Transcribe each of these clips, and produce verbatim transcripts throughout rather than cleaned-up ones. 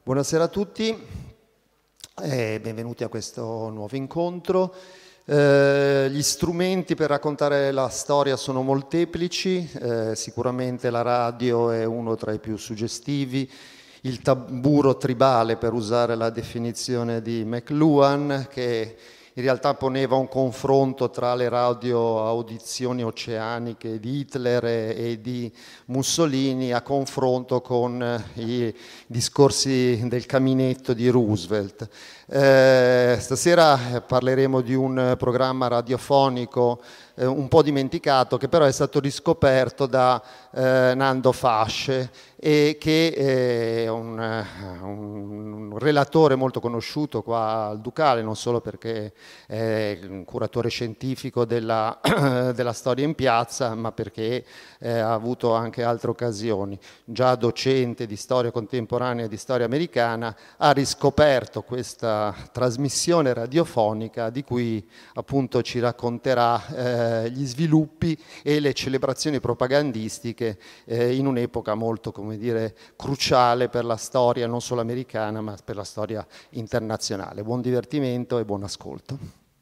Buonasera a tutti e benvenuti a questo nuovo incontro. Eh, gli strumenti per raccontare la storia sono molteplici, eh, sicuramente la radio è uno tra i più suggestivi, il tamburo tribale, per usare la definizione di McLuhan, che in realtà poneva un confronto tra le radio audizioni oceaniche di Hitler e, e di Mussolini a confronto con i discorsi del caminetto di Roosevelt. Eh, stasera parleremo di un programma radiofonico eh, un po' dimenticato, che però è stato riscoperto da eh, Nando Fasce e che è un, un relatore molto conosciuto qua al Ducale, non solo perché è un curatore scientifico della, della storia in piazza, ma perché eh, ha avuto anche altre occasioni. Già docente di storia contemporanea e di storia americana, ha riscoperto questa trasmissione radiofonica di cui appunto ci racconterà eh, gli sviluppi e le celebrazioni propagandistiche eh, in un'epoca molto, come dire, cruciale per la storia non solo americana ma per la storia internazionale. Buon divertimento e buon ascolto.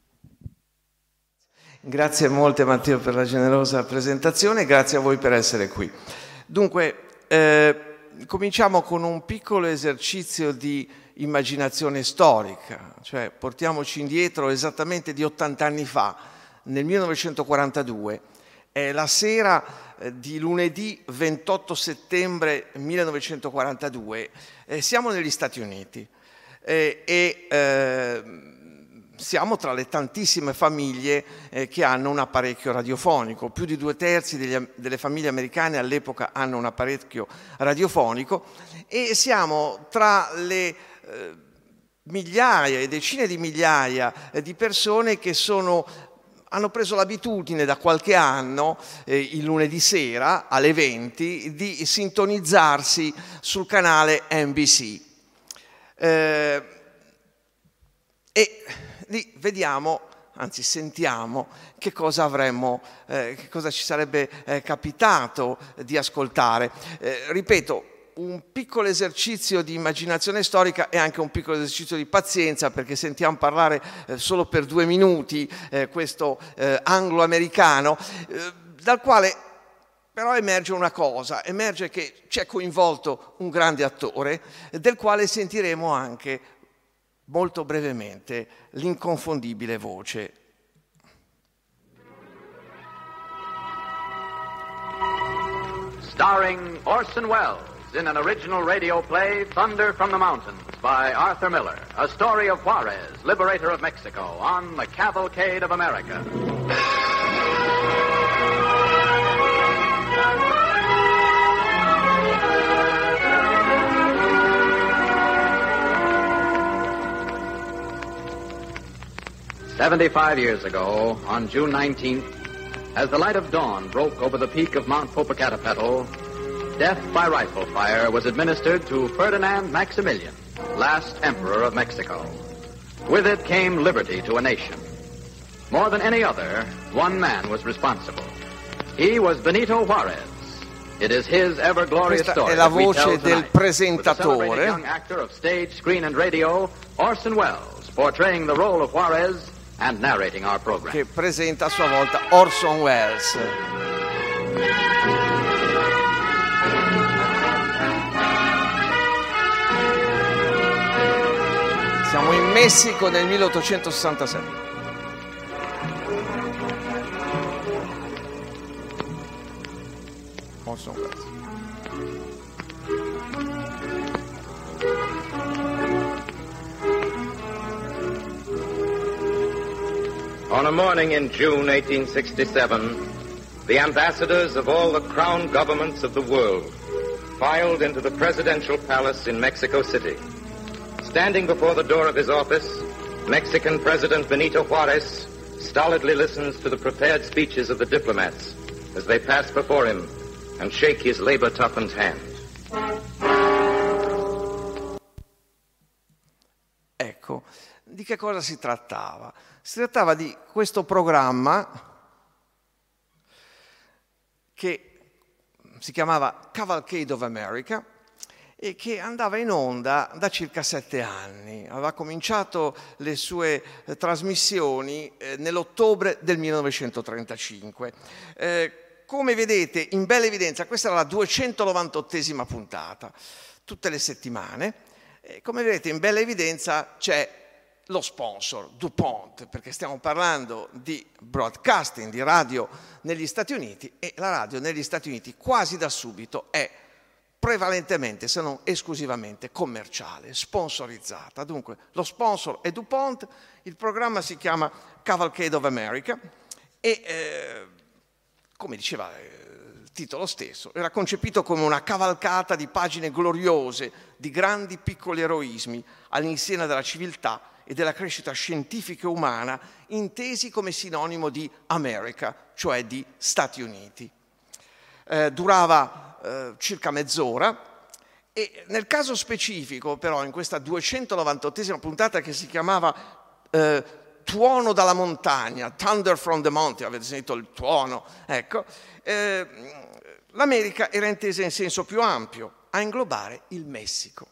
Grazie molte Matteo per la generosa presentazione, grazie a voi per essere qui. Dunque, eh, cominciamo con un piccolo esercizio di immaginazione storica, cioè portiamoci indietro esattamente di ottanta anni fa, nel millenovecentoquarantadue, è la sera di lunedì ventotto settembre millenovecentoquarantadue, eh, siamo negli Stati Uniti eh, e eh, siamo tra le tantissime famiglie eh, che hanno un apparecchio radiofonico. Più di due terzi degli, delle famiglie americane all'epoca hanno un apparecchio radiofonico e siamo tra le eh, migliaia e decine di migliaia eh, di persone che sono, hanno preso l'abitudine da qualche anno, eh, il lunedì sera alle venti, di sintonizzarsi sul canale N B C. Eh, e lì vediamo, anzi sentiamo, che cosa avremmo, eh, che cosa ci sarebbe eh, capitato di ascoltare. Eh, ripeto, un piccolo esercizio di immaginazione storica e anche un piccolo esercizio di pazienza, perché sentiamo parlare eh, solo per due minuti eh, questo eh, anglo-americano, eh, dal quale però emerge una cosa, emerge che c'è coinvolto un grande attore, del quale sentiremo anche molto brevemente l'inconfondibile voce. Starring Orson Welles in an original radio play, Thunder from the Mountains, by Arthur Miller, a story of Juarez, liberator of Mexico, on the Cavalcade of America. Seventy-five years ago, on June nineteenth, as the light of dawn broke over the peak of Mount Popocatépetl, death by rifle fire was administered to Ferdinand Maximilian, last emperor of Mexico. With it came liberty to a nation. More than any other, one man was responsible. He was Benito Juarez. It is his ever glorious Questa story è la that we voce tell del tonight, presentatore. with the celebrated young actor of stage, screen and radio, Orson Welles, portraying the role of Juarez and narrating our program. Che presenta a sua volta Orson Welles. Siamo in Messico nel milleottocentosessantasei. Orson Welles. On a morning in June eighteen sixty-seven, the ambassadors of all the crown governments of the world filed into the presidential palace in Mexico City. Standing before the door of his office, Mexican President Benito Juarez stolidly listens to the prepared speeches of the diplomats as they pass before him and shake his labor-toughened hand. Ecco, di che cosa si trattava? Si trattava di questo programma che si chiamava Cavalcade of America e che andava in onda da circa sette anni. Aveva cominciato le sue eh, trasmissioni eh, nell'ottobre del millenovecentotrentacinque. Eh, come vedete, in bella evidenza, questa era la duecentonovantottesima puntata, tutte le settimane. Eh, come vedete, in bella evidenza c'è lo sponsor, DuPont, perché stiamo parlando di broadcasting, di radio negli Stati Uniti, e la radio negli Stati Uniti quasi da subito è prevalentemente, se non esclusivamente, commerciale, sponsorizzata. Dunque, lo sponsor è DuPont, il programma si chiama Cavalcade of America e, eh, come diceva il titolo stesso, era concepito come una cavalcata di pagine gloriose, di grandi piccoli eroismi all'insegna della civiltà e della crescita scientifica e umana, intesi come sinonimo di America, cioè di Stati Uniti. Eh, durava eh, circa mezz'ora e nel caso specifico, però, in questa duecentonovantottesima puntata che si chiamava eh, Tuono dalla montagna, Thunder from the Mountain, avete sentito il tuono, ecco, eh, l'America era intesa in senso più ampio, a inglobare il Messico,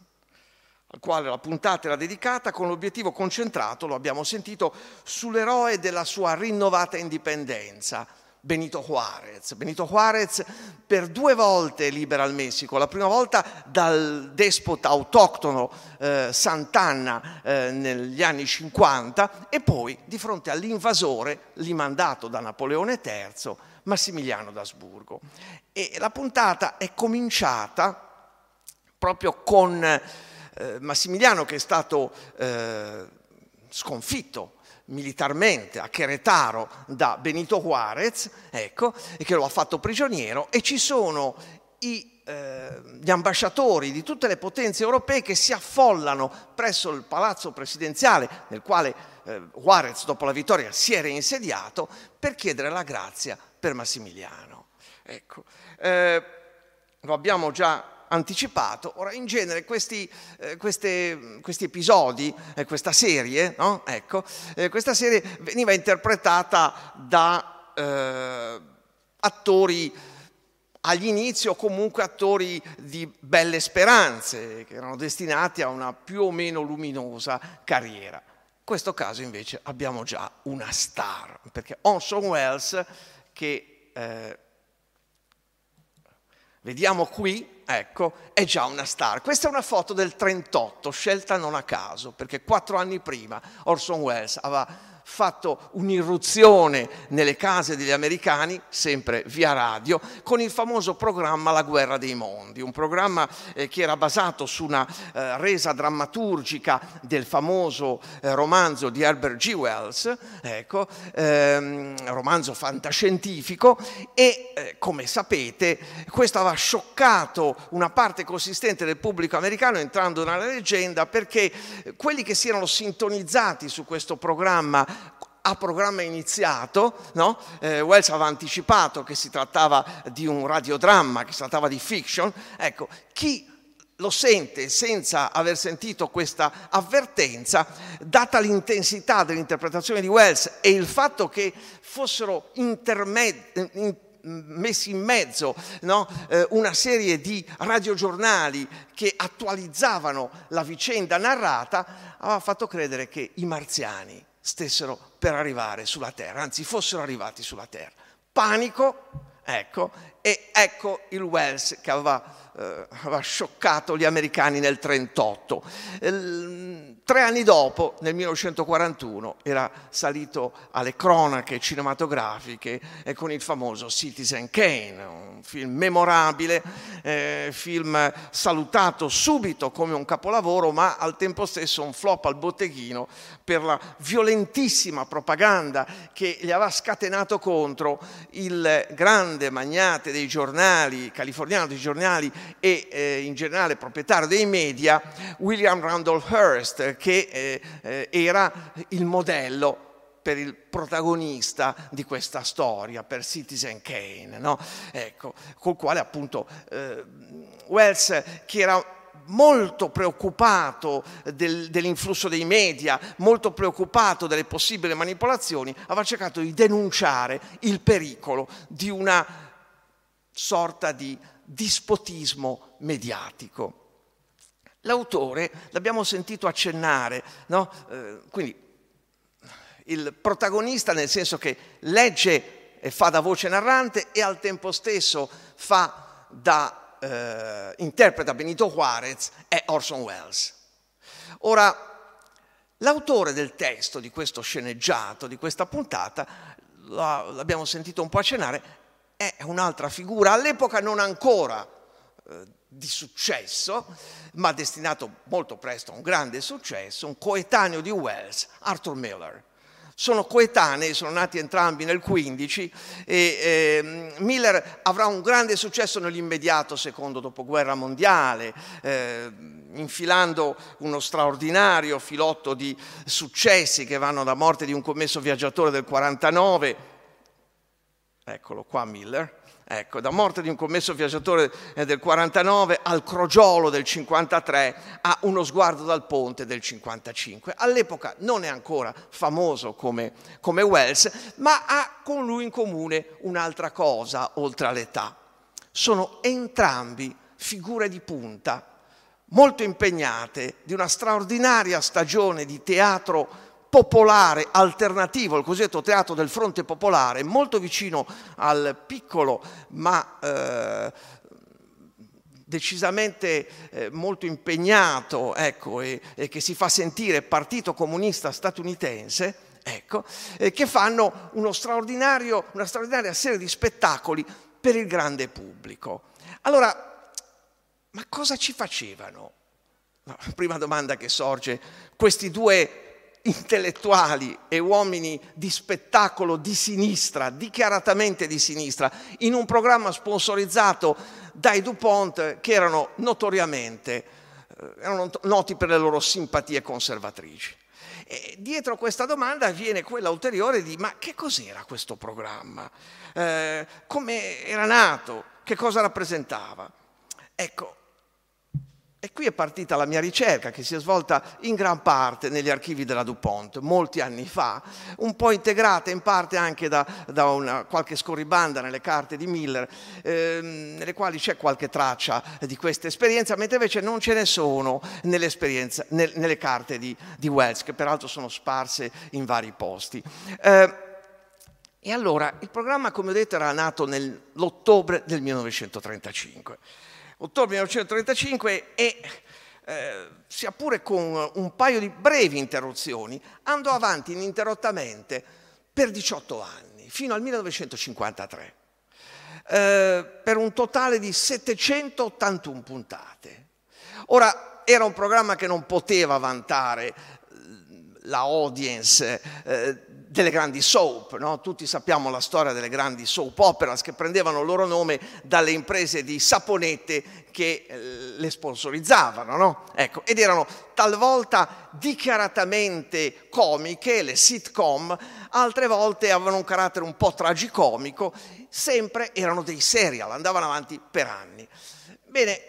al quale la puntata era dedicata con l'obiettivo concentrato, lo abbiamo sentito, sull'eroe della sua rinnovata indipendenza, Benito Juárez. Benito Juárez per due volte libera il Messico, la prima volta dal despota autoctono eh, Sant'Anna eh, negli anni cinquanta e poi di fronte all'invasore lì mandato da Napoleone terzo, Massimiliano d'Asburgo. E la puntata è cominciata proprio con eh, Massimiliano, che è stato eh, sconfitto militarmente a Querétaro da Benito Juárez, ecco, e che lo ha fatto prigioniero, e ci sono i, eh, gli ambasciatori di tutte le potenze europee che si affollano presso il palazzo presidenziale nel quale eh, Juárez dopo la vittoria si era insediato per chiedere la grazia per Massimiliano. Ecco, eh, lo abbiamo già anticipato. Ora, in genere questi, eh, queste, questi episodi, eh, questa serie, no? Ecco, eh, questa serie veniva interpretata da eh, attori agli inizi o comunque attori di belle speranze che erano destinati a una più o meno luminosa carriera. In questo caso invece abbiamo già una star, perché Orson Welles, che eh, vediamo qui, ecco, è già una star. Questa è una foto del trentotto, scelta non a caso, perché quattro anni prima Orson Welles aveva fatto un'irruzione nelle case degli americani, sempre via radio, con il famoso programma La guerra dei mondi, un programma eh, che era basato su una eh, resa drammaturgica del famoso eh, romanzo di Herbert G. Wells, ecco, ehm, romanzo fantascientifico, e eh, come sapete questo aveva scioccato una parte consistente del pubblico americano, entrando nella leggenda, perché quelli che si erano sintonizzati su questo programma a programma iniziato, no? eh, Wells aveva anticipato che si trattava di un radiodramma, che si trattava di fiction. Ecco, chi lo sente senza aver sentito questa avvertenza, data l'intensità dell'interpretazione di Wells e il fatto che fossero intermedi, in, messi in mezzo, no? eh, una serie di radiogiornali che attualizzavano la vicenda narrata, aveva fatto credere che i marziani stessero per arrivare sulla Terra, anzi fossero arrivati sulla Terra. Panico, ecco, e ecco il Wells che aveva, eh, aveva scioccato gli americani nel trentotto. Eh, tre anni dopo, nel millenovecentoquarantuno, era salito alle cronache cinematografiche eh, con il famoso Citizen Kane, un film memorabile, eh, film salutato subito come un capolavoro, ma al tempo stesso un flop al botteghino per la violentissima propaganda che gli aveva scatenato contro il grande magnate dei giornali, californiano dei giornali e eh, in generale proprietario dei media, William Randolph Hearst, che eh, eh, era il modello per il protagonista di questa storia, per Citizen Kane, no? Ecco, col quale appunto eh, Wells, che era molto preoccupato del, dell'influsso dei media, molto preoccupato delle possibili manipolazioni, aveva cercato di denunciare il pericolo di una sorta di dispotismo mediatico. L'autore, l'abbiamo sentito accennare, no? Eh, quindi il protagonista nel senso che legge e fa da voce narrante e al tempo stesso fa da eh, interpreta Benito Juarez è Orson Welles. Ora, l'autore del testo di questo sceneggiato, di questa puntata, l'abbiamo sentito un po' accennare, è un'altra figura, all'epoca non ancora eh, di successo, ma destinato molto presto a un grande successo, un coetaneo di Welles, Arthur Miller. Sono coetanei, sono nati entrambi nel quindici e eh, Miller avrà un grande successo nell'immediato secondo dopoguerra mondiale, eh, infilando uno straordinario filotto di successi che vanno da Morte di un commesso viaggiatore del quarantanove, eccolo qua Miller, ecco, da Morte di un commesso viaggiatore del quarantanove al Crogiolo del cinquantatré a Uno sguardo dal ponte del cinquantacinque. All'epoca non è ancora famoso come, come Welles, ma ha con lui in comune un'altra cosa oltre all'età. Sono entrambi figure di punta, molto impegnate, di una straordinaria stagione di teatro popolare, alternativo, il cosiddetto teatro del fronte popolare, molto vicino al piccolo ma eh, decisamente eh, molto impegnato, ecco, e, e che si fa sentire Partito Comunista Statunitense, ecco, eh, che fanno uno straordinario, una straordinaria serie di spettacoli per il grande pubblico. Allora, ma cosa ci facevano? La prima domanda che sorge, questi due intellettuali e uomini di spettacolo di sinistra, dichiaratamente di sinistra, in un programma sponsorizzato dai DuPont che erano notoriamente erano noti per le loro simpatie conservatrici. E dietro questa domanda viene quella ulteriore di ma che cos'era questo programma? Eh, come era nato? Che cosa rappresentava? Ecco, e qui è partita la mia ricerca, che si è svolta in gran parte negli archivi della DuPont, molti anni fa, un po' integrata in parte anche da, da una, qualche scorribanda nelle carte di Miller, ehm, nelle quali c'è qualche traccia di questa esperienza, mentre invece non ce ne sono nelle, nel, nelle carte di, di Welles, che peraltro sono sparse in vari posti. Eh, e allora, il programma, come ho detto, era nato nell'ottobre del millenovecentotrentacinque. Ottobre millenovecentotrentacinque e, eh, sia pure con un paio di brevi interruzioni, andò avanti ininterrottamente per diciotto anni, fino al millenovecentocinquantatré, eh, per un totale di settecentottantuno puntate. Ora, era un programma che non poteva vantare la audience eh, delle grandi soap, no? Tutti sappiamo la storia delle grandi soap operas che prendevano il loro nome dalle imprese di saponette che eh, le sponsorizzavano, no? Ecco, ed erano talvolta dichiaratamente comiche, le sitcom, altre volte avevano un carattere un po' tragicomico, sempre erano dei serial, andavano avanti per anni. Bene,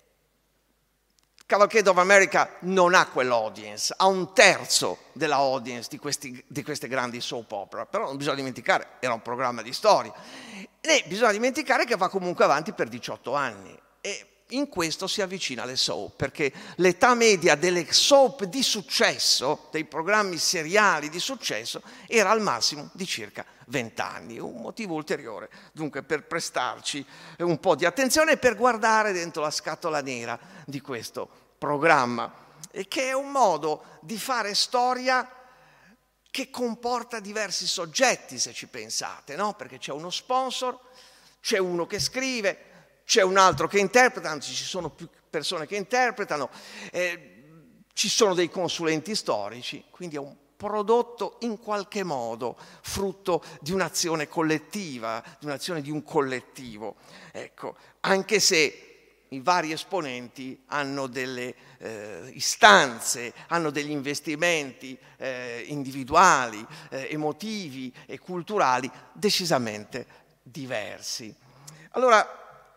Cavalcade of America non ha quell'audience, ha un terzo della audience di, questi, di queste grandi soap opera, però non bisogna dimenticare, era un programma di storia, e bisogna dimenticare che va comunque avanti per diciotto anni, e in questo si avvicina alle soap, perché l'età media delle soap di successo, dei programmi seriali di successo, era al massimo di circa venti anni, un motivo ulteriore dunque per prestarci un po' di attenzione e per guardare dentro la scatola nera di questo programma, e che è un modo di fare storia che comporta diversi soggetti, se ci pensate, no? Perché c'è uno sponsor, c'è uno che scrive, c'è un altro che interpreta, anzi ci sono più persone che interpretano, eh, ci sono dei consulenti storici, quindi è un prodotto in qualche modo frutto di un'azione collettiva, di un'azione di un collettivo. Ecco, anche se i vari esponenti hanno delle eh, istanze, hanno degli investimenti eh, individuali, eh, emotivi e culturali decisamente diversi. Allora,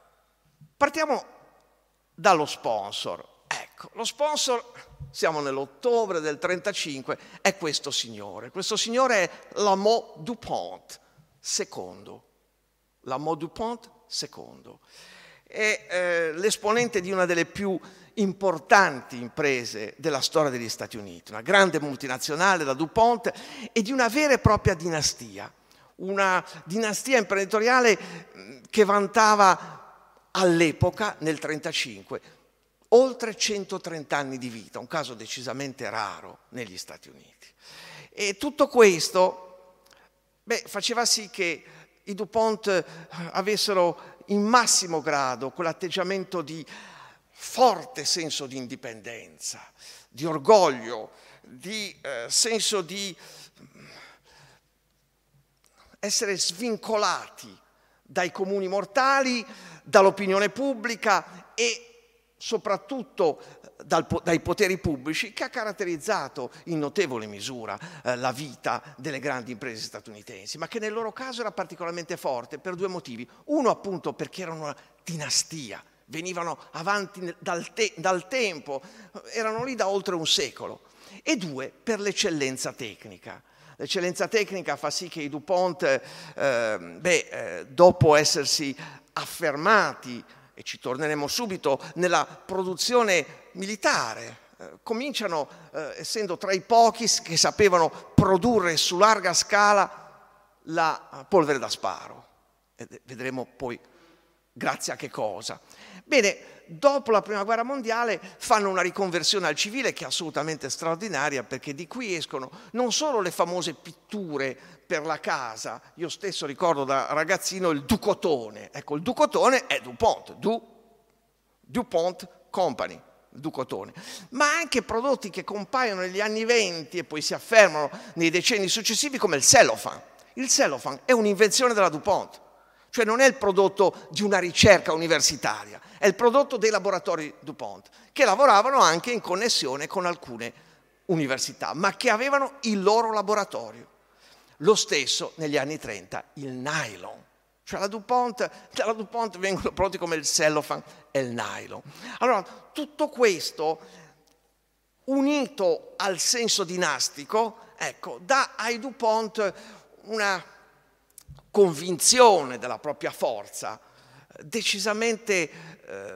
partiamo dallo sponsor. Ecco, lo sponsor, siamo nell'ottobre del trentacinque, è questo signore. Questo signore è Lamont DuPont secondo. Lamont DuPont secondo. È eh, l'esponente di una delle più importanti imprese della storia degli Stati Uniti, una grande multinazionale, la DuPont, e di una vera e propria dinastia, una dinastia imprenditoriale che vantava all'epoca, nel trentacinque, oltre centotrenta anni di vita, un caso decisamente raro negli Stati Uniti. E tutto questo beh, faceva sì che i DuPont avessero in massimo grado quell'atteggiamento di forte senso di indipendenza, di orgoglio, di eh, senso di essere svincolati dai comuni mortali, dall'opinione pubblica e soprattutto dal, dai poteri pubblici, che ha caratterizzato in notevole misura eh, la vita delle grandi imprese statunitensi, ma che nel loro caso era particolarmente forte per due motivi. Uno appunto perché erano una dinastia, venivano avanti dal, te- dal tempo, erano lì da oltre un secolo, e due per l'eccellenza tecnica. L'eccellenza tecnica fa sì che i DuPont, eh, beh, eh, dopo essersi affermati, e ci torneremo subito, nella produzione militare, eh, cominciano, eh, essendo tra i pochi che sapevano produrre su larga scala la polvere da sparo. E vedremo poi grazie a che cosa. Bene, dopo la Prima Guerra Mondiale fanno una riconversione al civile che è assolutamente straordinaria, perché di qui escono non solo le famose pitture per la casa, io stesso ricordo da ragazzino il Ducotone, ecco il Ducotone è DuPont, du, DuPont Company, Ducotone, ma anche prodotti che compaiono negli anni venti e poi si affermano nei decenni successivi come il cellophane. Il cellophane è un'invenzione della DuPont. Cioè non è il prodotto di una ricerca universitaria, è il prodotto dei laboratori DuPont, che lavoravano anche in connessione con alcune università, ma che avevano il loro laboratorio. Lo stesso negli anni trenta il nylon. Cioè la DuPont, dalla DuPont vengono prodotti come il cellophane e il nylon. Allora, tutto questo, unito al senso dinastico, ecco, dà ai DuPont una convinzione della propria forza, decisamente eh,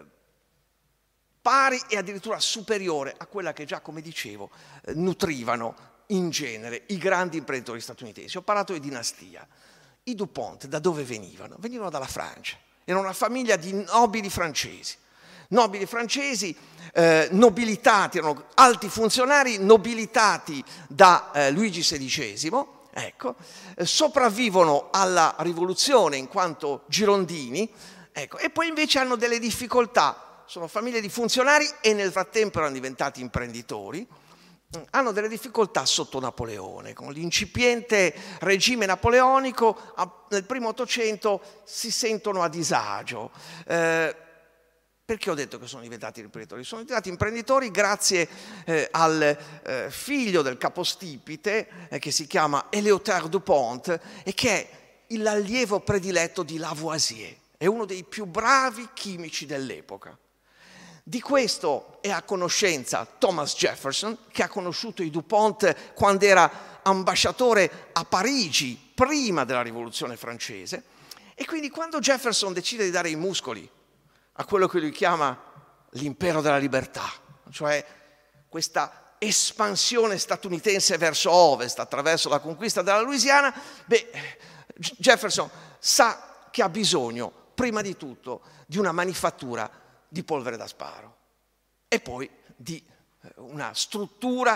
pari e addirittura superiore a quella che già, come dicevo, eh, nutrivano in genere i grandi imprenditori statunitensi. Ho parlato di dinastia. I DuPont da dove venivano? Venivano dalla Francia. Era una famiglia di nobili francesi. Nobili francesi eh, nobilitati, erano alti funzionari nobilitati da eh, Luigi sedicesimo. Ecco, eh, sopravvivono alla rivoluzione in quanto girondini, ecco, e poi invece hanno delle difficoltà, sono famiglie di funzionari e nel frattempo erano diventati imprenditori, hanno delle difficoltà sotto Napoleone, con l'incipiente regime napoleonico a, nel primo Ottocento si sentono a disagio. Eh, Perché ho detto che sono diventati imprenditori? Sono diventati imprenditori grazie eh, al eh, figlio del capostipite eh, che si chiama Éléuther DuPont e che è l'allievo prediletto di Lavoisier, è uno dei più bravi chimici dell'epoca. Di questo è a conoscenza Thomas Jefferson, che ha conosciuto i DuPont quando era ambasciatore a Parigi, prima della rivoluzione francese, e quindi quando Jefferson decide di dare i muscoli a quello che lui chiama l'impero della libertà, cioè questa espansione statunitense verso ovest attraverso la conquista della Louisiana, beh, Jefferson sa che ha bisogno, prima di tutto, di una manifattura di polvere da sparo e poi di una struttura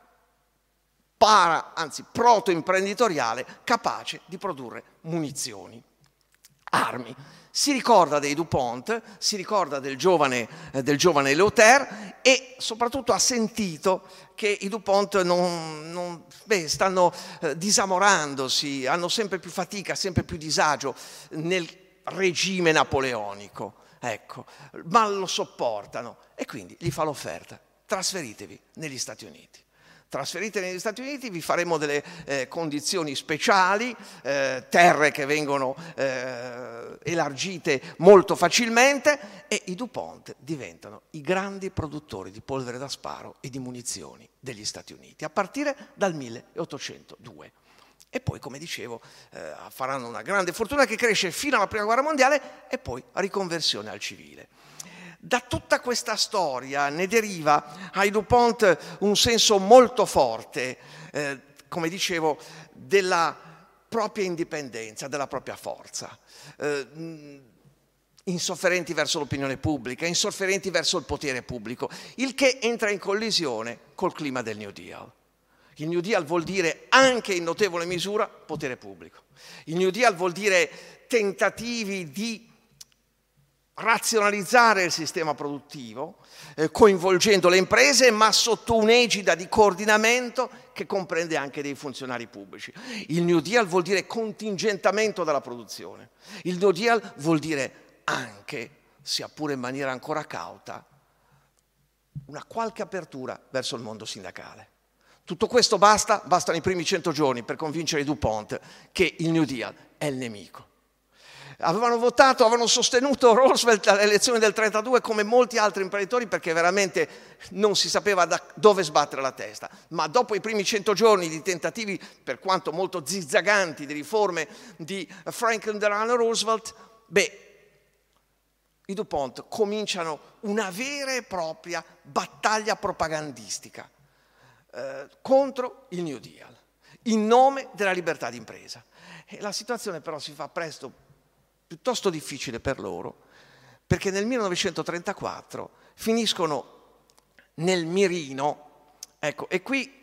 para, anzi proto-imprenditoriale capace di produrre munizioni, armi. Si ricorda dei DuPont, si ricorda del giovane, eh, del giovane Éléuther e soprattutto ha sentito che i DuPont non, non, beh, stanno eh, disamorandosi, hanno sempre più fatica, sempre più disagio nel regime napoleonico, ecco, ma lo sopportano e quindi gli fa l'offerta: trasferitevi negli Stati Uniti. Trasferite negli Stati Uniti, vi faremo delle eh, condizioni speciali, eh, terre che vengono eh, elargite molto facilmente e i DuPont diventano i grandi produttori di polvere da sparo e di munizioni degli Stati Uniti, a partire dal milleottocentodue. E poi, come dicevo, eh, faranno una grande fortuna che cresce fino alla Prima Guerra Mondiale e poi a riconversione al civile. Da tutta questa storia ne deriva ai DuPont un senso molto forte, eh, come dicevo, della propria indipendenza, della propria forza. Eh, insofferenti verso l'opinione pubblica, insofferenti verso il potere pubblico, il che entra in collisione col clima del New Deal. Il New Deal vuol dire anche in notevole misura potere pubblico. Il New Deal vuol dire tentativi di razionalizzare il sistema produttivo, eh, coinvolgendo le imprese, ma sotto un'egida di coordinamento che comprende anche dei funzionari pubblici. Il New Deal vuol dire contingentamento della produzione. Il New Deal vuol dire anche, sia pure in maniera ancora cauta, una qualche apertura verso il mondo sindacale. Tutto questo basta, bastano i primi cento giorni per convincere i DuPont che il New Deal è il nemico. Avevano votato, avevano sostenuto Roosevelt alle elezioni del trentadue come molti altri imprenditori perché veramente non si sapeva da dove sbattere la testa. Ma dopo i primi cento giorni di tentativi, per quanto molto zigzaganti, di riforme di Franklin Delano Roosevelt, beh, i DuPont cominciano una vera e propria battaglia propagandistica eh, contro il New Deal, in nome della libertà d'impresa. E la situazione però si fa presto piuttosto difficile per loro, perché nel millenovecentotrentaquattro finiscono nel mirino, ecco, e qui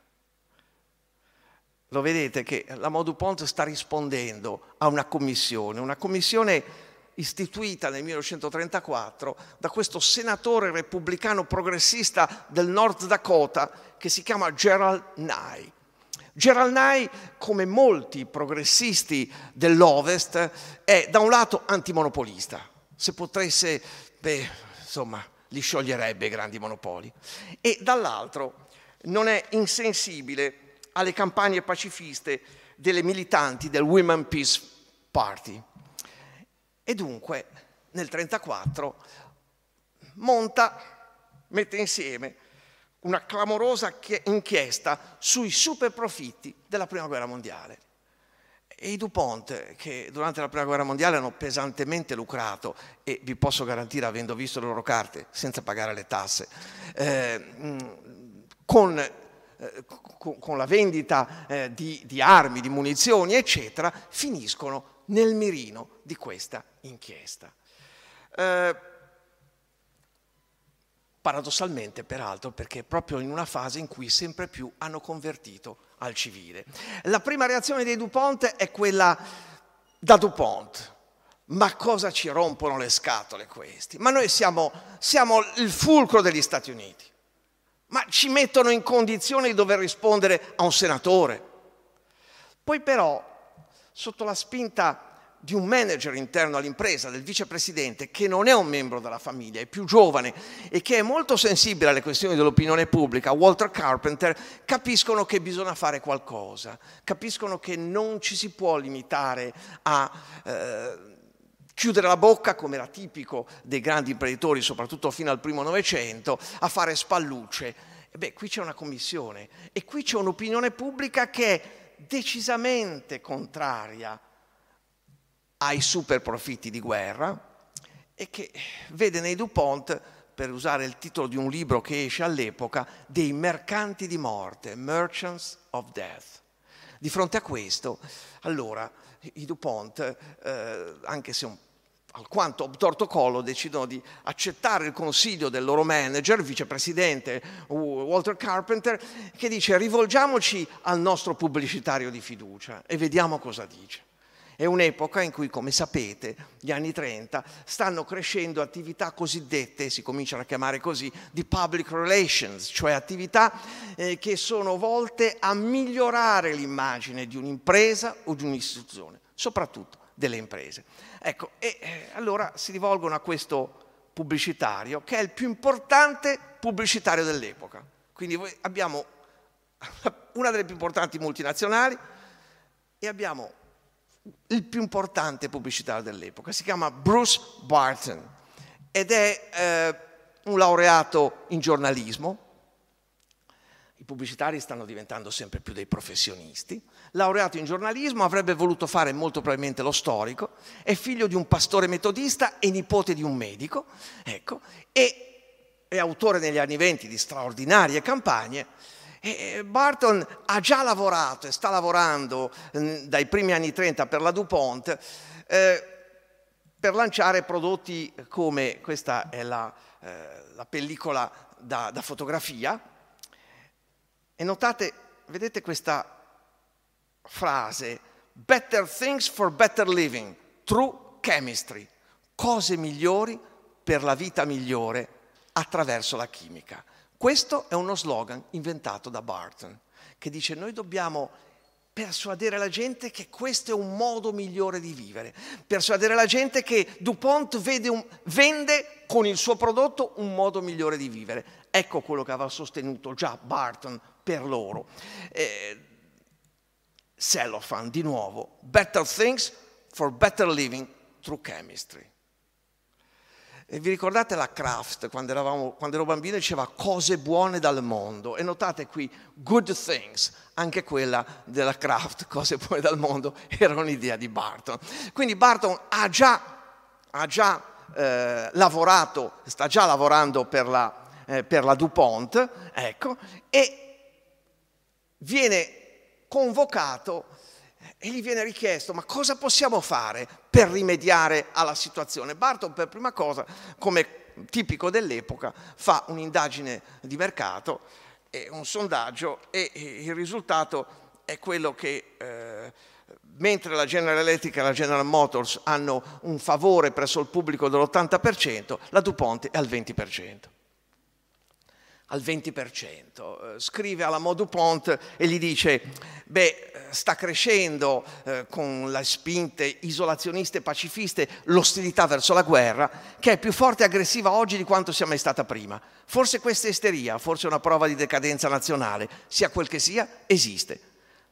lo vedete che la DuPont sta rispondendo a una commissione, una commissione istituita nel millenovecentotrentaquattro da questo senatore repubblicano progressista del North Dakota che si chiama Gerald Nye. Gerald Nye, come molti progressisti dell'Ovest, è da un lato antimonopolista. Se potesse, beh, insomma, li scioglierebbe i grandi monopoli. E dall'altro non è insensibile alle campagne pacifiste delle militanti del Women Peace Party. E dunque, nel trentaquattro, monta, mette insieme una clamorosa inchiesta sui super profitti della Prima Guerra Mondiale. E i DuPont, che durante la Prima Guerra Mondiale hanno pesantemente lucrato, e vi posso garantire, avendo visto le loro carte, senza pagare le tasse, eh, con, eh, con, con la vendita eh, di, di armi, di munizioni, eccetera, finiscono nel mirino di questa inchiesta. Eh, paradossalmente, peraltro, perché proprio in una fase in cui sempre più hanno convertito al civile. La prima reazione dei DuPont è quella da DuPont. Ma cosa ci rompono le scatole questi? Ma noi siamo, siamo il fulcro degli Stati Uniti. Ma ci mettono in condizione di dover rispondere a un senatore. Poi però, sotto la spinta di un manager interno all'impresa, del vicepresidente, che non è un membro della famiglia, è più giovane e che è molto sensibile alle questioni dell'opinione pubblica, Walter Carpenter, capiscono che bisogna fare qualcosa, capiscono che non ci si può limitare a eh, chiudere la bocca, come era tipico dei grandi imprenditori, soprattutto fino al primo Novecento, a fare spallucce. E beh, qui c'è una commissione e qui c'è un'opinione pubblica che è decisamente contraria ai super profitti di guerra e che vede nei DuPont, per usare il titolo di un libro che esce all'epoca, dei mercanti di morte, Merchants of Death. Di fronte a questo, allora, i DuPont, eh, anche se un alquanto obtorto collo, decidono di accettare il consiglio del loro manager, il vicepresidente Walter Carpenter, che dice: rivolgiamoci al nostro pubblicitario di fiducia e vediamo cosa dice. È un'epoca in cui, come sapete, gli anni trenta, stanno crescendo attività cosiddette, si cominciano a chiamare così, di public relations, cioè attività eh, che sono volte a migliorare l'immagine di un'impresa o di un'istituzione, soprattutto delle imprese. Ecco, e eh, allora si rivolgono a questo pubblicitario, che è il più importante pubblicitario dell'epoca. Quindi noi abbiamo una delle più importanti multinazionali e abbiamo il più importante pubblicitario dell'epoca. Si chiama Bruce Barton ed è eh, un laureato in giornalismo. I pubblicitari stanno diventando sempre più dei professionisti. Laureato in giornalismo, avrebbe voluto fare molto probabilmente lo storico, è figlio di un pastore metodista e nipote di un medico, ecco, e è autore negli anni venti di straordinarie campagne. E Barton ha già lavorato e sta lavorando eh, dai primi anni trenta per la DuPont eh, per lanciare prodotti come, questa è la, eh, la pellicola da, da fotografia, e notate, vedete questa frase, better things for better living, through chemistry, cose migliori per la vita migliore attraverso la chimica. Questo è uno slogan inventato da Barton, che dice noi dobbiamo persuadere la gente che questo è un modo migliore di vivere, persuadere la gente che DuPont vede un, vende con il suo prodotto un modo migliore di vivere. Ecco quello che aveva sostenuto già Barton per loro. Eh, Cellophane, di nuovo, better things for better living through chemistry. E vi ricordate la Kraft, quando, eravamo, quando ero bambino diceva cose buone dal mondo, e notate qui good things, anche quella della Kraft, cose buone dal mondo, era un'idea di Barton. Quindi Barton ha già, ha già eh, lavorato, sta già lavorando per la, eh, per la DuPont, ecco, e viene convocato e gli viene richiesto ma cosa possiamo fare per rimediare alla situazione. Barton per prima cosa, come tipico dell'epoca, fa un'indagine di mercato, e un sondaggio, e il risultato è quello che eh, mentre la General Electric e la General Motors hanno un favore presso il pubblico dell'ottanta per cento, la DuPont è al venti per cento. Al venti per cento. Scrive alla Mo DuPont e gli dice beh, sta crescendo eh, con le spinte isolazioniste e pacifiste l'ostilità verso la guerra, che è più forte e aggressiva oggi di quanto sia mai stata prima. Forse questa è isteria, forse è una prova di decadenza nazionale, sia quel che sia, esiste.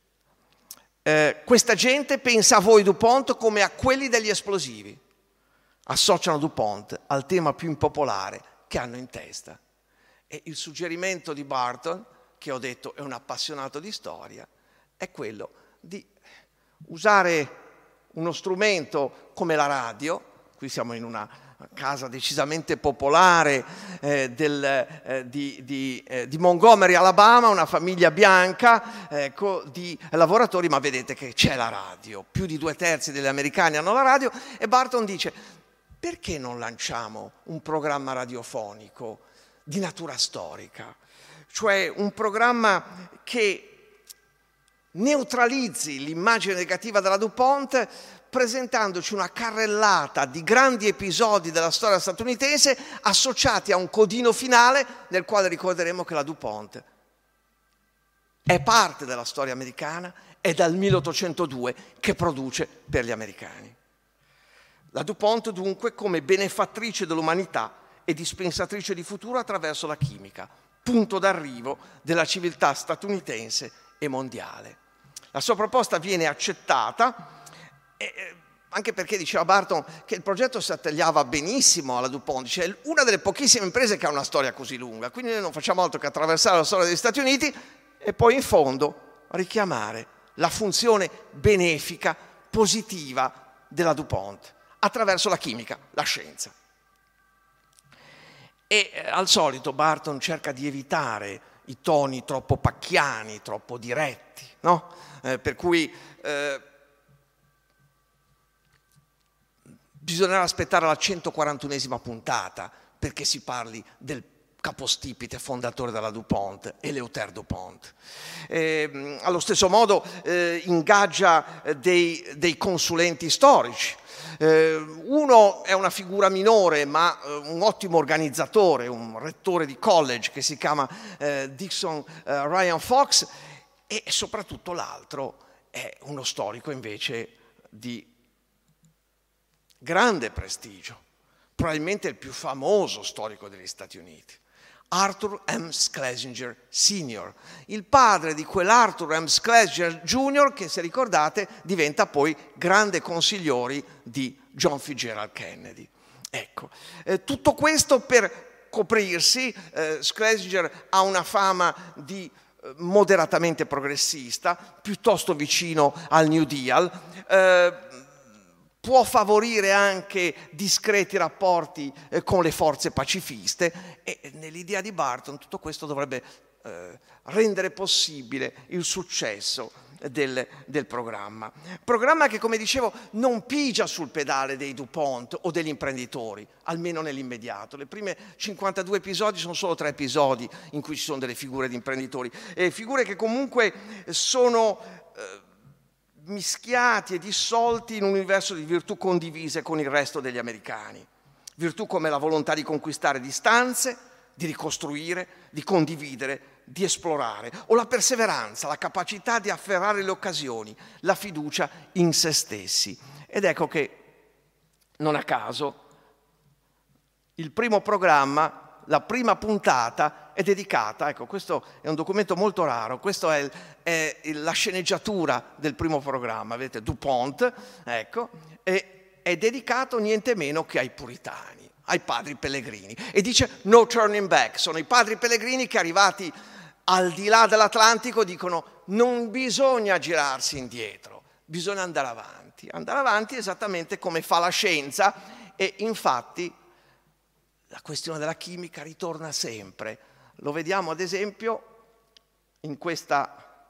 Eh, questa gente pensa a voi DuPont come a quelli degli esplosivi. Associano DuPont al tema più impopolare che hanno in testa. E il suggerimento di Barton, che ho detto è un appassionato di storia, è quello di usare uno strumento come la radio. Qui siamo in una casa decisamente popolare eh, del, eh, di, di, eh, di Montgomery, Alabama, una famiglia bianca ecco, di lavoratori, ma vedete che c'è la radio, più di due terzi degli americani hanno la radio, e Barton dice perché non lanciamo un programma radiofonico di natura storica, cioè un programma che neutralizzi l'immagine negativa della DuPont presentandoci una carrellata di grandi episodi della storia statunitense associati a un codino finale nel quale ricorderemo che la DuPont è parte della storia americana, è dal milleottocentodue che produce per gli americani. La DuPont dunque come benefattrice dell'umanità e dispensatrice di futuro attraverso la chimica, punto d'arrivo della civiltà statunitense e mondiale. La sua proposta viene accettata, eh, anche perché diceva Barton che il progetto si attagliava benissimo alla DuPont, cioè è una delle pochissime imprese che ha una storia così lunga, quindi noi non facciamo altro che attraversare la storia degli Stati Uniti e poi in fondo richiamare la funzione benefica, positiva della DuPont, attraverso la chimica, la scienza. E eh, al solito Barton cerca di evitare i toni troppo pacchiani, troppo diretti, no? Eh, per cui eh, bisognerà aspettare la centoquarantunesima puntata perché si parli del capostipite fondatore della DuPont, Eleuthère DuPont. Eh, allo stesso modo eh, ingaggia dei, dei consulenti storici. Eh, uno è una figura minore ma eh, un ottimo organizzatore, un rettore di college che si chiama eh, Dixon eh, Ryan Fox, e soprattutto l'altro è uno storico invece di grande prestigio, probabilmente il più famoso storico degli Stati Uniti, Arthur M. Schlesinger Senior, il padre di quell'Arthur M. Schlesinger Junior che, se ricordate, diventa poi grande consigliere di John Fitzgerald Kennedy. Ecco, eh, tutto questo per coprirsi. eh, Schlesinger ha una fama di moderatamente progressista, piuttosto vicino al New Deal, eh, può favorire anche discreti rapporti eh, con le forze pacifiste e nell'idea di Barton tutto questo dovrebbe eh, rendere possibile il successo del, del programma. Programma che, come dicevo, non pigia sul pedale dei DuPont o degli imprenditori, almeno nell'immediato. Le prime cinquantadue episodi sono solo tre episodi in cui ci sono delle figure di imprenditori, e figure che comunque sono eh, mischiati e dissolti in un universo di virtù condivise con il resto degli americani. Virtù come la volontà di conquistare distanze, di ricostruire, di condividere, di esplorare, o la perseveranza, la capacità di afferrare le occasioni, la fiducia in se stessi. Ed ecco che, non a caso, il primo programma, la prima puntata è dedicata, ecco, questo è un documento molto raro, questa è, è la sceneggiatura del primo programma, vedete, DuPont, ecco, e è dedicato niente meno che ai puritani, ai padri pellegrini, e dice no turning back, sono i padri pellegrini che, arrivati al di là dell'Atlantico, dicono non bisogna girarsi indietro, bisogna andare avanti, andare avanti esattamente come fa la scienza, e infatti la questione della chimica ritorna sempre. Lo vediamo ad esempio in questa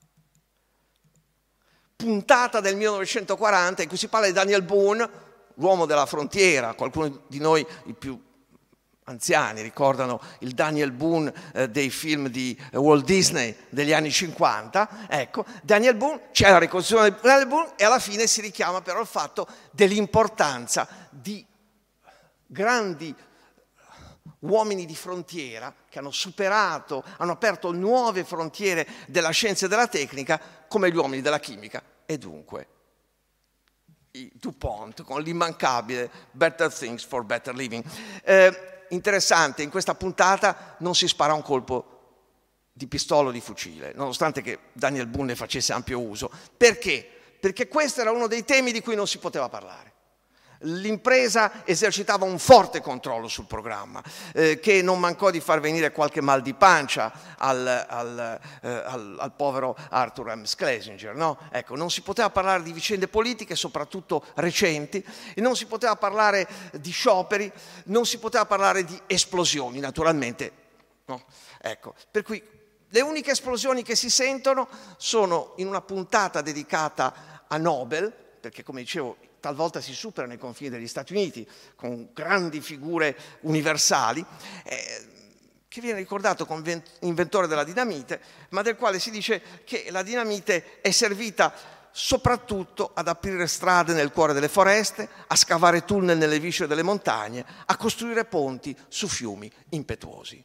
puntata del millenovecentoquaranta in cui si parla di Daniel Boone, l'uomo della frontiera. Qualcuno di noi, i più anziani, ricordano il Daniel Boone eh, dei film di Walt Disney degli anni cinquanta. Ecco, Daniel Boone, c'è la ricostruzione di Daniel Boone, e alla fine si richiama però il fatto dell'importanza di grandi uomini di frontiera che hanno superato, hanno aperto nuove frontiere della scienza e della tecnica, come gli uomini della chimica, e dunque i DuPont con l'immancabile Better Things for Better Living. Eh, interessante, in questa puntata non si spara un colpo di pistola o di fucile, nonostante che Daniel Boone ne facesse ampio uso. Perché? Perché questo era uno dei temi di cui non si poteva parlare. L'impresa esercitava un forte controllo sul programma, eh, che non mancò di far venire qualche mal di pancia al, al, eh, al, al povero Arthur M. Schlesinger, no? Ecco, non si poteva parlare di vicende politiche, soprattutto recenti, e non si poteva parlare di scioperi, non si poteva parlare di esplosioni, naturalmente, no? Ecco, per cui le uniche esplosioni che si sentono sono in una puntata dedicata a Nobel, perché, come dicevo, talvolta si superano i confini degli Stati Uniti con grandi figure universali, eh, che viene ricordato come inventore della dinamite, ma del quale si dice che la dinamite è servita soprattutto ad aprire strade nel cuore delle foreste, a scavare tunnel nelle viscere delle montagne, a costruire ponti su fiumi impetuosi.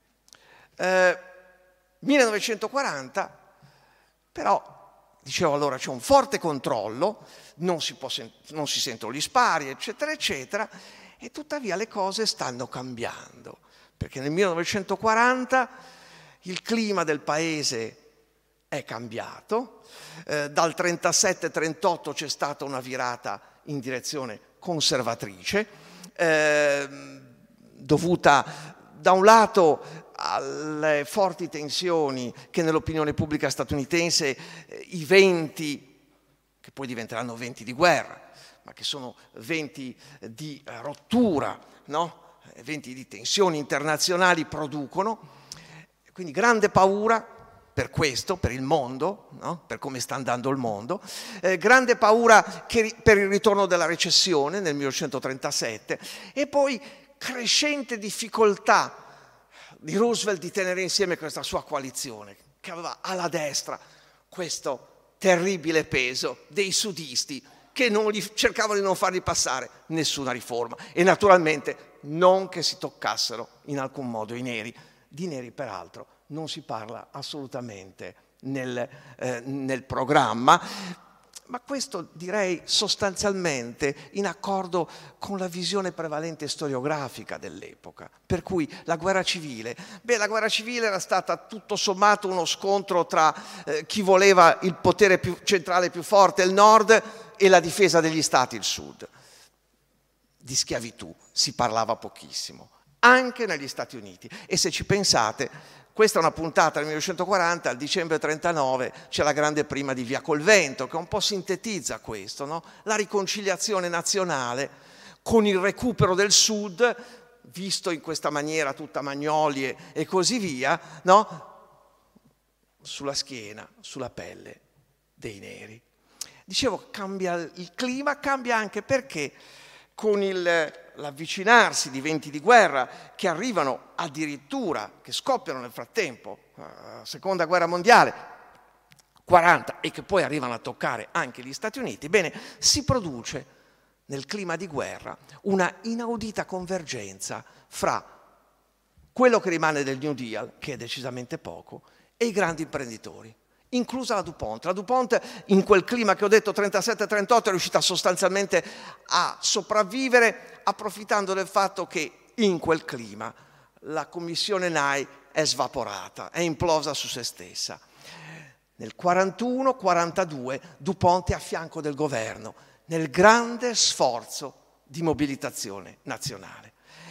Eh, millenovecentoquaranta, però, dicevo, allora c'è un forte controllo, non si, può sent- non si sentono gli spari, eccetera, eccetera, e tuttavia le cose stanno cambiando, perché nel millenovecentoquaranta il clima del paese è cambiato, eh, dal trentasette trentotto c'è stata una virata in direzione conservatrice, eh, dovuta da un lato alle forti tensioni che nell'opinione pubblica statunitense eh, i venti, che poi diventeranno venti di guerra, ma che sono venti di eh, rottura, no? Venti di tensioni internazionali producono, quindi grande paura per questo, per il mondo, no? Per come sta andando il mondo, eh, grande paura che, per il ritorno della recessione nel millenovecentotrentasette, e poi crescente difficoltà di Roosevelt di tenere insieme questa sua coalizione, che aveva alla destra questo terribile peso dei sudisti che non gli, cercavano di non fargli passare nessuna riforma, e naturalmente non che si toccassero in alcun modo i neri. Di neri, peraltro, non si parla assolutamente nel, eh, nel programma, ma questo, direi, sostanzialmente in accordo con la visione prevalente storiografica dell'epoca, per cui la guerra civile, beh, la guerra civile era stata tutto sommato uno scontro tra eh, chi voleva il potere più centrale più forte, il nord, e la difesa degli stati, il sud. Di schiavitù si parlava pochissimo, anche negli Stati Uniti, e se ci pensate, Questa è una puntata del millenovecentoquaranta, al dicembre trentanove c'è la grande prima di Via col Vento, che un po' sintetizza questo, no? La riconciliazione nazionale con il recupero del Sud, visto in questa maniera tutta magnolie e così via, no? Sulla schiena, sulla pelle dei neri. Dicevo, cambia il clima, cambia anche perché con il, l'avvicinarsi di venti di guerra che arrivano addirittura, che scoppiano nel frattempo, uh, seconda guerra mondiale, quaranta, e che poi arrivano a toccare anche gli Stati Uniti, bene, si produce nel clima di guerra una inaudita convergenza fra quello che rimane del New Deal, che è decisamente poco, e i grandi imprenditori, inclusa la DuPont. La DuPont, in quel clima che ho detto trentasette trentotto, è riuscita sostanzialmente a sopravvivere, approfittando del fatto che in quel clima la commissione N A I è svaporata, è implosa su se stessa. Nel quarantuno quarantadue DuPont è a fianco del governo nel grande sforzo di mobilitazione nazionale.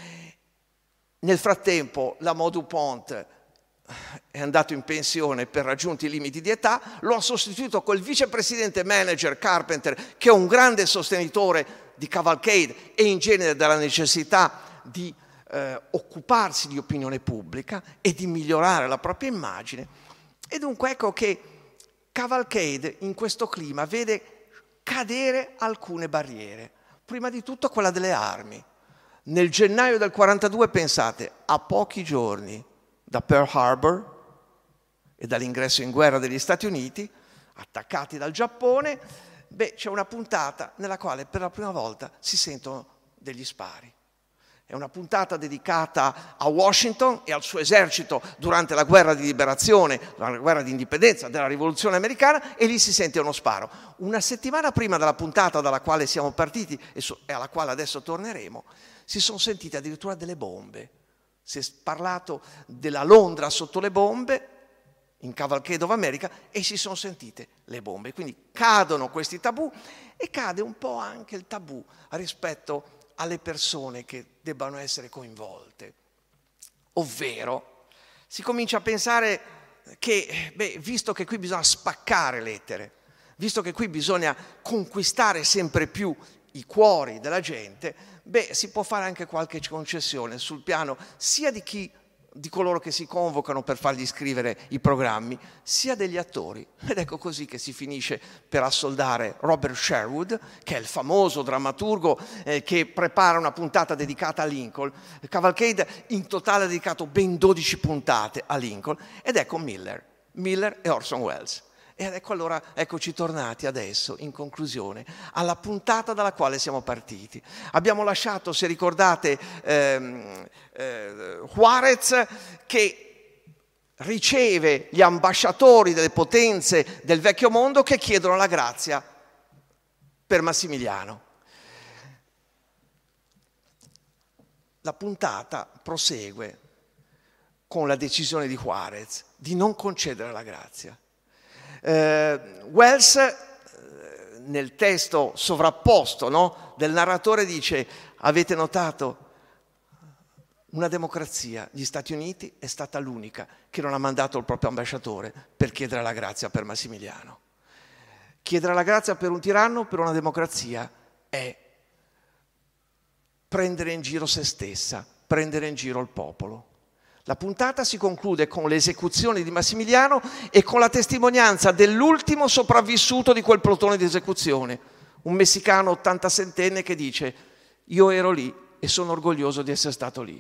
Nel frattempo la Mo DuPont è andato in pensione per raggiunti i limiti di età, lo ha sostituito col vicepresidente manager Carpenter, che è un grande sostenitore di Cavalcade e in genere della necessità di eh, occuparsi di opinione pubblica e di migliorare la propria immagine. E dunque ecco che Cavalcade in questo clima vede cadere alcune barriere, prima di tutto quella delle armi. Nel gennaio del quarantadue, pensate, a pochi giorni da Pearl Harbor e dall'ingresso in guerra degli Stati Uniti, attaccati dal Giappone, beh, c'è una puntata nella quale per la prima volta si sentono degli spari. È una puntata dedicata a Washington e al suo esercito durante la guerra di liberazione, la guerra di indipendenza della rivoluzione americana, e lì si sente uno sparo. Una settimana prima della puntata dalla quale siamo partiti e alla quale adesso torneremo, si sono sentite addirittura delle bombe. Si è parlato della Londra sotto le bombe, in Cavalcade of America, e si sono sentite le bombe. Quindi cadono questi tabù e cade un po' anche il tabù rispetto alle persone che debbano essere coinvolte. Ovvero, si comincia a pensare che, beh, visto che qui bisogna spaccare lettere, visto che qui bisogna conquistare sempre più i cuori della gente, beh, si può fare anche qualche concessione sul piano sia di chi, di coloro che si convocano per fargli scrivere i programmi, sia degli attori. Ed ecco così che si finisce per assoldare Robert Sherwood, che è il famoso drammaturgo eh, che prepara una puntata dedicata a Lincoln. Cavalcade in totale ha dedicato ben dodici puntate a Lincoln, ed ecco Miller, Miller e Orson Welles. Ed ecco allora, eccoci tornati adesso, in conclusione, alla puntata dalla quale siamo partiti. Abbiamo lasciato, se ricordate, ehm, eh, Juarez, che riceve gli ambasciatori delle potenze del vecchio mondo che chiedono la grazia per Massimiliano. La puntata prosegue con la decisione di Juarez di non concedere la grazia. Uh, Wells, uh, nel testo sovrapposto, no, del narratore, dice: avete notato? Una democrazia, gli Stati Uniti, è stata l'unica che non ha mandato il proprio ambasciatore per chiedere la grazia per Massimiliano. Chiedere la grazia per un tiranno, per una democrazia, è prendere in giro se stessa, prendere in giro il popolo. La puntata si conclude con l'esecuzione di Massimiliano e con la testimonianza dell'ultimo sopravvissuto di quel plotone di esecuzione, un messicano ottantasettenne che dice: io ero lì e sono orgoglioso di essere stato lì.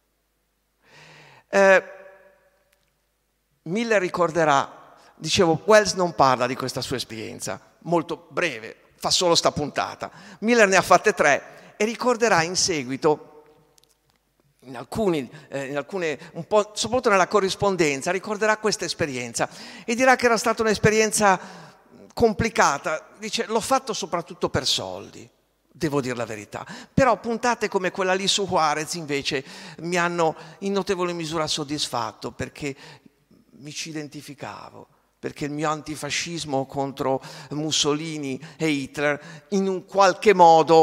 Eh, Miller ricorderà, dicevo, Wells non parla di questa sua esperienza, molto breve, fa solo sta puntata. Miller ne ha fatte tre e ricorderà in seguito, in alcuni, eh, in alcune, un po', soprattutto nella corrispondenza, ricorderà questa esperienza e dirà che era stata un'esperienza complicata. Dice: l'ho fatto soprattutto per soldi, devo dire la verità, però puntate come quella lì su Juarez invece mi hanno in notevole misura soddisfatto, perché mi ci identificavo, perché il mio antifascismo contro Mussolini e Hitler in un qualche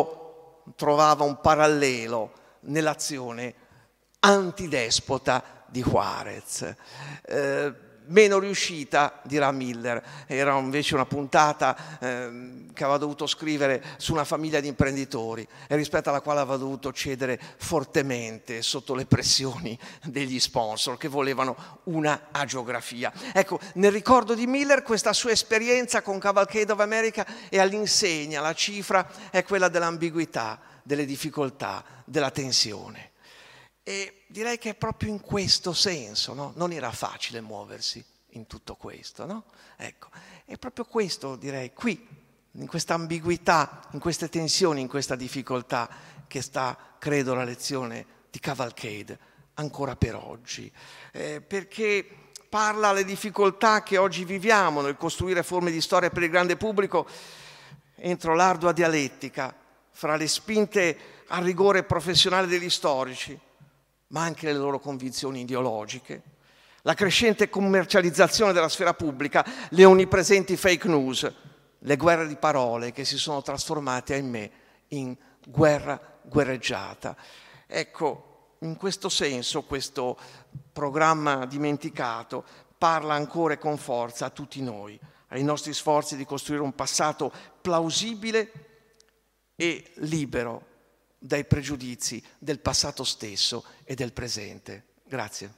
modo trovava un parallelo nell'azione antidespota di Juarez. Eh, meno riuscita, dirà Miller, era invece una puntata eh, che aveva dovuto scrivere su una famiglia di imprenditori e rispetto alla quale aveva dovuto cedere fortemente sotto le pressioni degli sponsor che volevano una agiografia. Ecco, nel ricordo di Miller questa sua esperienza con Cavalcade of America è all'insegna, la cifra è quella dell'ambiguità, delle difficoltà, della tensione. E direi che è proprio in questo senso, no? Non era facile muoversi in tutto questo, no? Ecco, è proprio questo, direi, qui, in questa ambiguità, in queste tensioni, in questa difficoltà, che sta, credo, la lezione di Cavalcade, ancora per oggi. Eh, perché parla alle difficoltà che oggi viviamo nel costruire forme di storia per il grande pubblico entro l'ardua dialettica fra le spinte al rigore professionale degli storici, ma anche le loro convinzioni ideologiche, la crescente commercializzazione della sfera pubblica, le onnipresenti fake news, le guerre di parole che si sono trasformate, ahimè, in guerra guerreggiata. Ecco, in questo senso questo programma dimenticato parla ancora con forza a tutti noi, ai nostri sforzi di costruire un passato plausibile e libero dai pregiudizi del passato stesso e del presente. Grazie.